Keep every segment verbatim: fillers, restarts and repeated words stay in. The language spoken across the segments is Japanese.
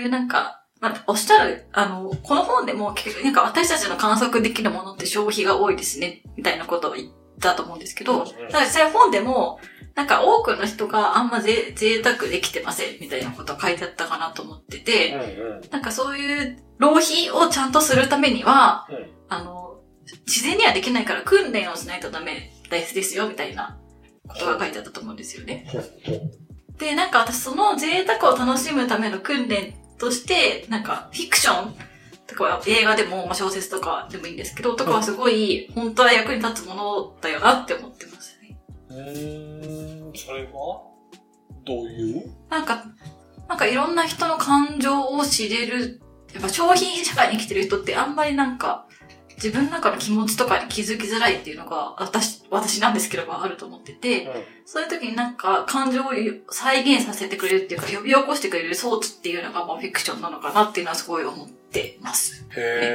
いうなんか、まあ、おっしゃる、あの、この本でも結局なんか私たちの観測できるものって消費が多いですね、みたいなことを言ったと思うんですけど、うんうん、ただ実際本でも、なんか多くの人があんまぜ贅沢できてませんみたいなこと書いてあったかなと思ってて、うんうん、なんかそういう浪費をちゃんとするためには、うん、あの、自然にはできないから訓練をしないとダメですよみたいなことが書いてあったと思うんですよね。で、なんか私その贅沢を楽しむための訓練として、なんかフィクションとかは映画でも、まあ、小説とかでもいいんですけど、とかはすごい本当は役に立つものだよなって思ってますね。 うーん、それはどういうなんか、なんかいろんな人の感情を知れる。やっぱ商品社会に生きてる人ってあんまりなんか、自分の中の気持ちとかに気づきづらいっていうのが、私、私なんですけどもあると思ってて、うん、そういう時になんか感情を再現させてくれるっていうか、呼び起こしてくれる装置っていうのがまあフィクションなのかなっていうのはすごい思ってます。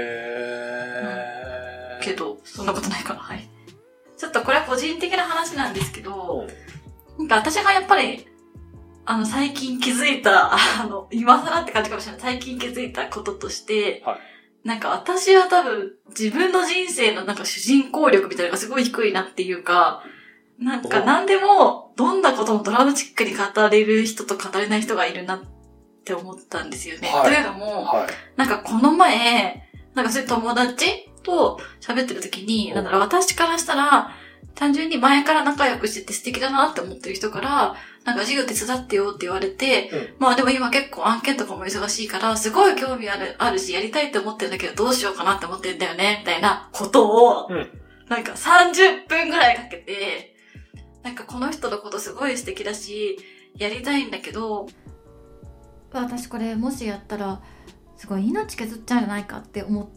へー、 うん。けど、そんなことないかな。はい。ちょっとこれは個人的な話なんですけど、うん、なんか私がやっぱり、あの、最近気づいた、あの、今更って感じかもしれない。最近気づいたこととして、はい、なんか私は多分自分の人生のなんか主人公力みたいなのがすごい低いなっていうか、なんか何でもどんなこともドラマチックに語れる人と語れない人がいるなって思ったんですよね。はい、というのも、はい、なんかこの前、なんかそういう友達と喋ってる時に、なんだろう、私からしたら単純に前から仲良くしてて素敵だなって思ってる人から、なんか授業手伝ってよって言われて、うん、まあでも今結構案件とかも忙しいから、すごい興味ある、あるし、やりたいって思ってるんだけど、どうしようかなって思ってるんだよね、みたいなことを、うん、なんかさんじゅっぷんぐらいかけて、なんかこの人のことすごい素敵だし、やりたいんだけど、私これもしやったら、すごい命削っちゃうんじゃないかって思って、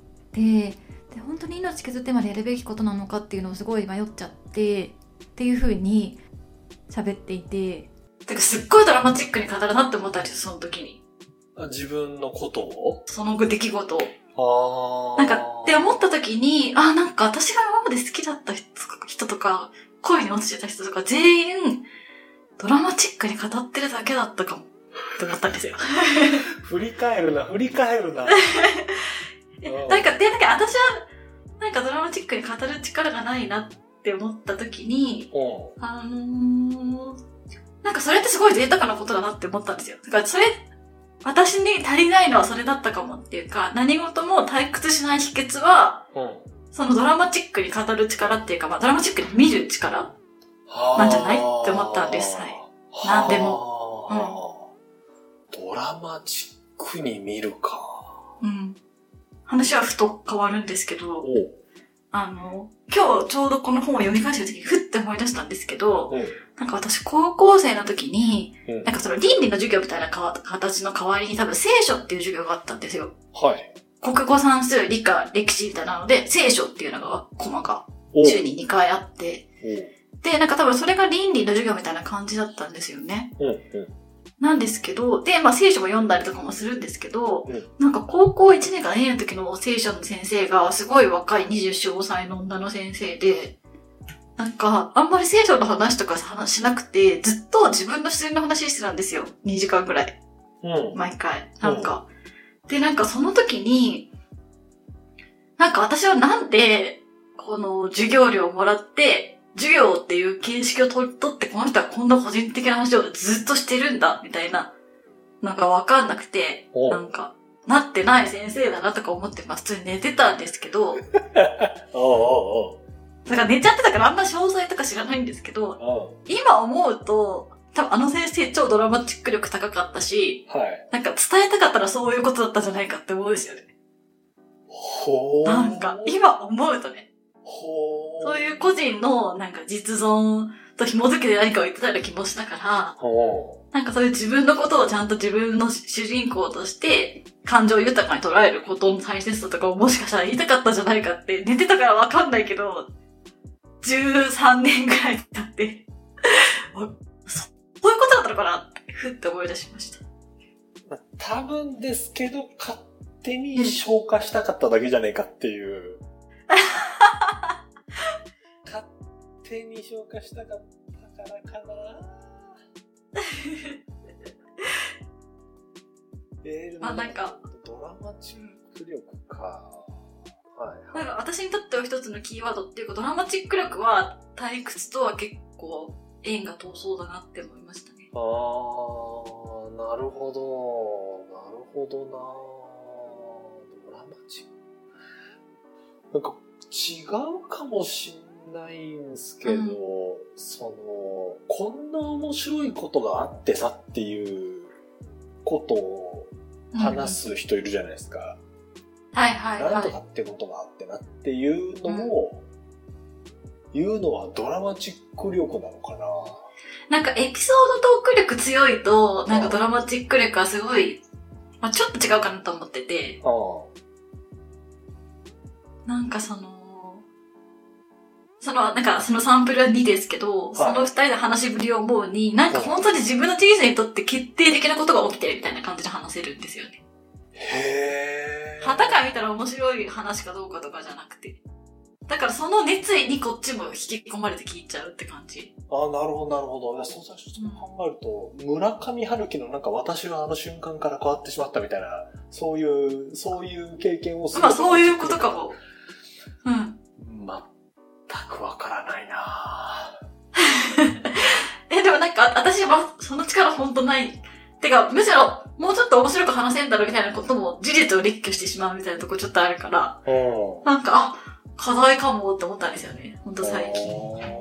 で、本当に命削ってまでやるべきことなのかっていうのをすごい迷っちゃって、っていう風に喋っていて、てかすっごいドラマチックに語るなって思ったんですよ、その時に。 自分のことをその出来事を。あなんか、って思った時に、あ、なんか私が今まで好きだった人とか、恋に落ちてた人とか全員、ドラマチックに語ってるだけだったかもって思ったんですよ。 振り返るな、振り返るな。 なんか、で、なんか私は、なんかドラマチックに語る力がないなって思った時に、あのー、なんかそれってすごい贅沢なことだなって思ったんですよ。だからそれ、私に足りないのはそれだったかもっていうか、何事も退屈しない秘訣は、うん、そのドラマチックに語る力っていうか、まあドラマチックに見る力なんじゃないって思ったんです。はい。なんでも、 うん。ドラマチックに見るか。 うん。話はふと変わるんですけど、あの、今日ちょうどこの本を読み返してる時にふって思い出したんですけど、うん、なんか私高校生の時に、うん、なんかその倫理の授業みたいな形の代わりに多分聖書っていう授業があったんですよ。 はい。 国語算数、理科、歴史みたいなので、聖書っていうのが、コマが週ににかいあって、で、なんか多分それが倫理の授業みたいな感じだったんですよね。うんうんなんですけど、で、まあ聖書も読んだりとかもするんですけど、うん、なんか高校いちねんかにねんの時の聖書の先生がすごい若いにじゅうよん、ごさいの女の先生で、なんかあんまり聖書の話とか話しなくて、ずっと自分の自然の話してたんですよ。にじかんくらい。うん、毎回。なんか、うん。で、なんかその時に、なんか私はなんで、この授業料をもらって、授業っていう形式を取ってこの人はこんな個人的な話をずっとしてるんだみたいななんかわかんなくてなんかなってない先生だなとか思ってまあ普通に寝てたんですけどおうおうおうだから寝ちゃってたからあんま詳細とか知らないんですけど今思うと多分あの先生超ドラマチック力高かったし、はい、なんか伝えたかったらそういうことだったんじゃないかって思うんですよね。 ほーなんか今思うとねそういう個人のなんか実存と紐づけて何かを言ってたような気もしたから、なんかそういう自分のことをちゃんと自分の主人公として感情豊かに捉えることの大切さとかをもしかしたら言いたかったんじゃないかって寝てたからわかんないけど、じゅうさんねんぐらい経って、そういうことだったのかなってふって思い出しました。 多分ですけど勝手に消化したかっただけじゃねえかっていう。勝手に消化したかったからかなえー、 まあなんか、 ドラマチック力か。はいはい。 なんか私にとっては一つのキーワードっていうか、ドラマチック力は退屈とは結構縁が遠そうだなって思いましたね。 あー、なるほど。なるほどな。ドラマチック。なんか違うかもしんないんですけど、うん、その、こんな面白いことがあってさっていうことを話す人いるじゃないですか。 うん、はいはいはい。 なんとかってことがあってなっていうのも、うん、言うのはドラマチック力なのかな。 なんかエピソードトーク力強いと、なんかドラマチック力はすごい、まあちょっと違うかなと思ってて、 あなんかその、その、なんかそのサンプルはにですけど、その二人の話ぶりを思うに、なんか本当に自分の人生にとって決定的なことが起きてるみたいな感じで話せるんですよね。 へー。 旗から見たら面白い話かどうかとかじゃなくて。だからその熱意にこっちも引き込まれて聞いちゃうって感じ。 ああ、なるほど、なるほど。いや、そう最初そう考えると、うん、村上春樹のなんか私はあの瞬間から変わってしまったみたいな、そういう、そういう経験をする。 まあそういうことかも。うん。 全くわからないなえ、でもなんか私はその力ほんとない。てか、むしろもうちょっと面白く話せんだろみたいなことも事実を列挙してしまうみたいなとこちょっとあるから、 うん、 なんか、あ、課題かもって思ったんですよね。ほんと最近。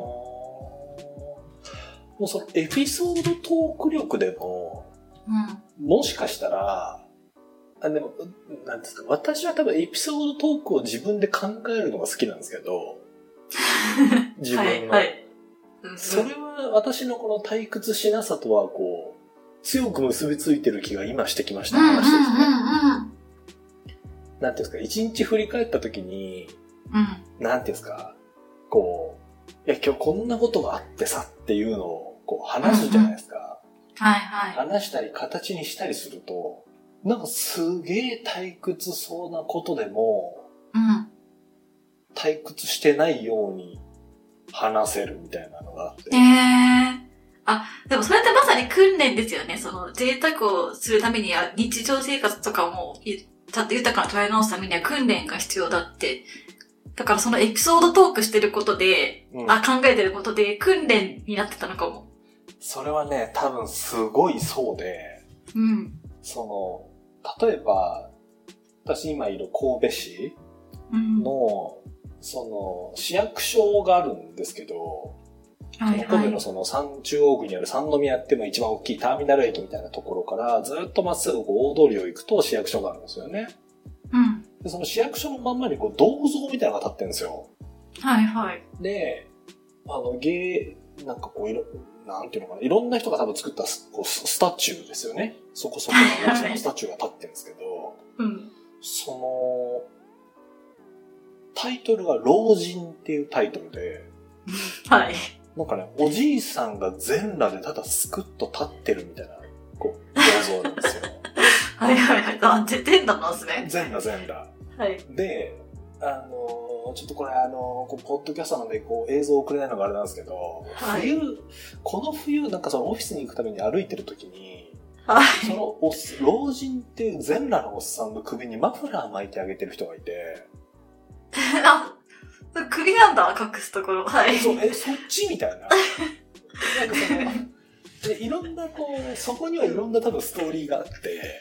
もうそのエピソードトーク力でも、うん、もしかしたら、あ、でも、なんですか、私は多分エピソードトークを自分で考えるのが好きなんですけど、自分の。はいはい、それは私のこの退屈しなさとはこう、強く結びついてる気が今してきました、話ですね。うんうんうんうん、なんていうんですか、一日振り返った時に、うん、なんていうんですか、こう、いや今日こんなことがあってさっていうのをこう話すじゃないですか。 うんうん、はいはい。 話したり形にしたりすると、なんかすげえ退屈そうなことでも、うん、退屈してないように話せるみたいなのがあって。 へー。あ、でもそれってまさに訓練ですよね。その贅沢をするためには日常生活とかもちゃんと豊かに捉え直すためには訓練が必要だって。だからそのエピソードトークしてることで、うん、あ、考えてることで訓練になってたのかも。 それはね、多分すごいそうで、 うん。 その、例えば、私今いる神戸市の、うん、その、市役所があるんですけど、はいはい、神戸のその三中央区にある三宮っても一番大きいターミナル駅みたいなところからずっとまっすぐ大通りを行くと市役所があるんですよね。 うん。 で、その市役所のまんまにこう銅像みたいなのが立ってるんですよ。 はいはい。 で、あの、芸、なんかこういろ、なんていうのかな、いろんな人が多分作ったこうスタチューですよね。そこそこの大きさのスタチューが立ってるんですけど、 うん。 その、タイトルが老人っていうタイトルで、 はい。 なんかね、おじいさんが全裸でただスクッと立ってるみたいな、こう、銅像なんですよ。 はいはいはい。あ、全裸なんですね。 全裸全裸。 はい。 で、あのー、ちょっとこれあのー、こうポッドキャストなんでこう映像を送れないのがあれなんですけど、はい、冬、この冬なんかそのオフィスに行くために歩いてる時に、 はい、 そのお老人っていう全裸のおっさんの首にマフラー巻いてあげてる人がいて、 あ、首なんだ、隠すところ。はい。 そう、え、そっちみたいな。なんかその、で、いろんなこう、そこにはいろんな多分ストーリーがあって、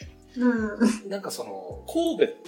うん、 なんかその、神戸って、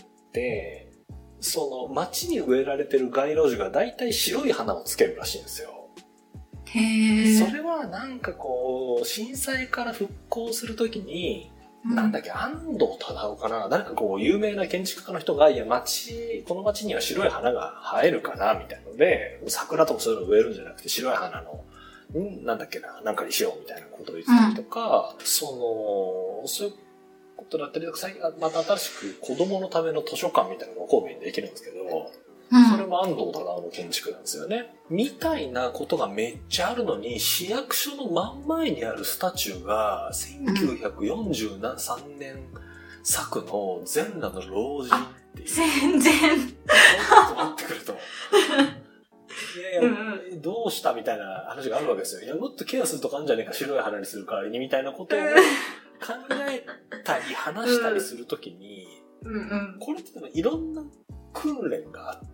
その街に植えられてる街路樹が大体白い花をつけるらしいんですよ。 へー。 それはなんかこう、震災から復興するときに、うん、なんだっけ、安藤忠雄かな、誰かこう、有名な建築家の人が、いや、街、この街には白い花が生えるかな、みたいので、桜とかそういうの植えるんじゃなくて、白い花の、んなんだっけな、なんかにしようみたいなことを言ってたりとか、うん、その、そういうことだったりとか、最近また新しく子供のための図書館みたいなのが神戸にできるんですけど、うん、それも安藤忠雄の建築なんですよね。みたいなことがめっちゃあるのに、市役所の真ん前にあるスタチューが、せんきゅうひゃくよんじゅうさんねん作の全裸の老人っていう。 全然。 ちょっと待ってくると。いやいや、うんうん、どうしたみたいな話があるわけですよ。いや、もっとケアするとかあるんじゃねえか、白い花にする代わりにみたいなことを考えたり話したりするときに、 うんうん。 これって多分いろんな訓練があって、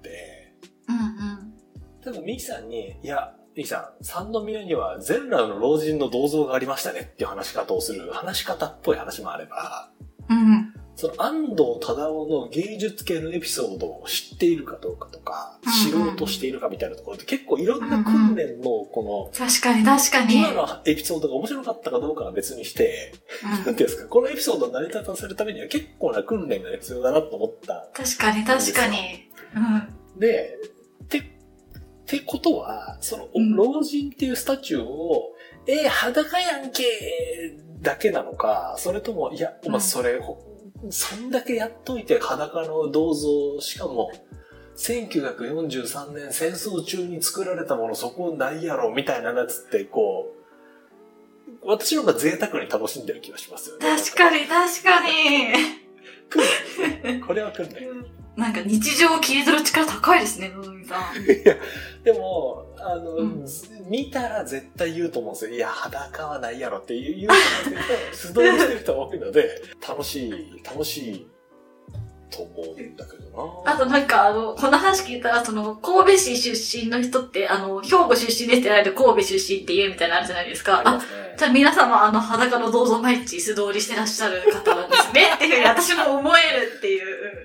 うんうん。 多分ミキさんに、いや、ミキさん、三宮には全裸の老人の銅像がありましたねっていう話し方をする、話し方っぽい話もあれば、 うん。 その安藤忠雄の芸術系のエピソードを知っているかどうかとか、 うんうん、 知ろうとしているかみたいなところって結構いろんな訓練のこの、 うんうん、確かに確かに。 今のエピソードが面白かったかどうかは別にして、うん、なんていうんですか、このエピソードを成り立たせるためには結構な訓練が必要だなと思った。 確かに確かに。 うん、で、て、ってことは、その、うん、老人っていうスタチューを、えー、裸やんけだけなのか、それとも、いや、お前それ、うん、そんだけやっといて裸の銅像、しかも、せんきゅうひゃくよんじゅうさんねん戦争中に作られたものそこないやろ、みたいなやつって、こう、私の方が贅沢に楽しんでる気がしますよね。 確かに、確かに。 訓練ですね。これは訓練。 なんか日常を切り取る力高いですね、のぞみさん。 いや、でも、あの、うん、見たら絶対言うと思うんですよ。いや、裸はないやろって言う言うと思うんですけど、素通りしてる人は多いので、楽しい、楽しいと思うんだけどな。 あとなんか、あの、この話聞いたら、その、神戸市出身の人って、あの、兵庫出身ですって言われて神戸出身って言うみたいなのあるじゃないですか。あ、じゃあ皆様、あの、裸の銅像毎日素通りしてらっしゃる方なんですね。っていうふうに私も思えるっていう。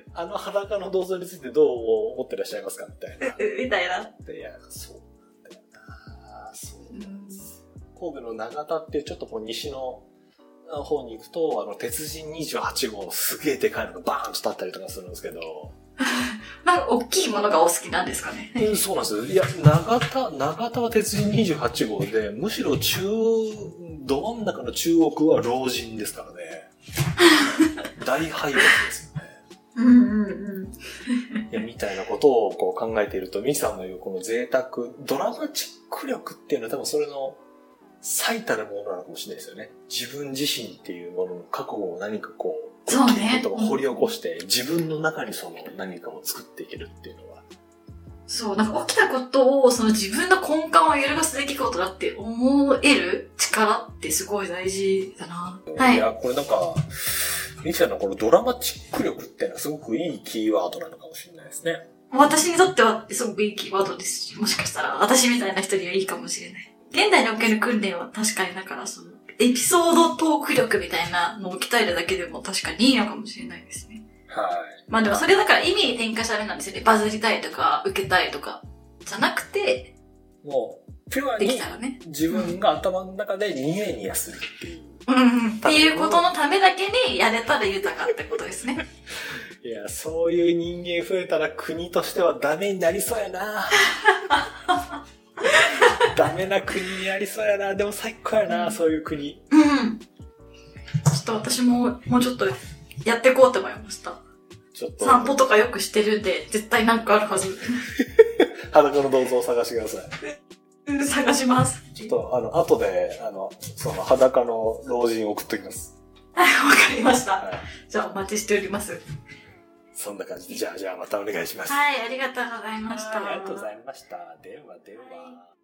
あの裸の銅像についてどう思ってらっしゃいますかみたいな。 みたいな。 いや、そうなんだよな。そうなんです。神戸の長田ってちょっとこう西の方に行くと、あの、鉄人にじゅうはち号すげえでかいのがバーンと立ったりとかするんですけど。 なんか大きいものがお好きなんですかね。 うん、そうなんですよ。いや、長田、長田は鉄人にじゅうはち号で、むしろ中、ど真ん中の中国は老人ですからね。大敗北ですよね。 うんうんうん。 いや、みたいなことをこう考えていると、ミキさんの言うこの贅沢、ドラマチック力っていうのは多分それの最たるものなのかもしれないですよね。自分自身っていうものの覚悟を何かこう、 そうね。 ことを掘り起こして、うん、自分の中にその何かを作っていけるっていうのは。 そう、なんか起きたことを、その自分の根幹を揺るがす出来事だって思える力ってすごい大事だな。はい。 いや、これなんか、ミキさんのこのドラマチック力っていうのはすごくいいキーワードなのかもしれないですね。 私にとってはすごくいいキーワードですし、もしかしたら私みたいな人にはいいかもしれない。現代における訓練は確かにだからその、エピソードトーク力みたいなのを鍛えるだけでも確かにいいのかもしれないですね。 はい。 まあでもそれだから意味に転化したあれなんですよね。バズりたいとか、受けたいとか、じゃなくて、 もう、ピュアに自分が頭の中でニヤニヤするっていう。 うんうん。っていうことのためだけにやれたら豊かってことですね。 いや、そういう人間増えたら国としてはダメになりそうやな。ダメな国になりそうやな。でも最高やな、うん、そういう国。 うん。ちょっと私ももうちょっとやっていこうと思いました。ちょっと。散歩とかよくしてるんで、絶対なんかあるはず。 裸の銅像を探してください。 探します。 ちょっと、あの、後で、あの、その裸の老人を送っときます。 はい、わかりました。はい、じゃあお待ちしております。 そんな感じで、じゃあ、じゃあまたお願いします。 はい、ありがとうございました。 ありがとうございました。ではでは。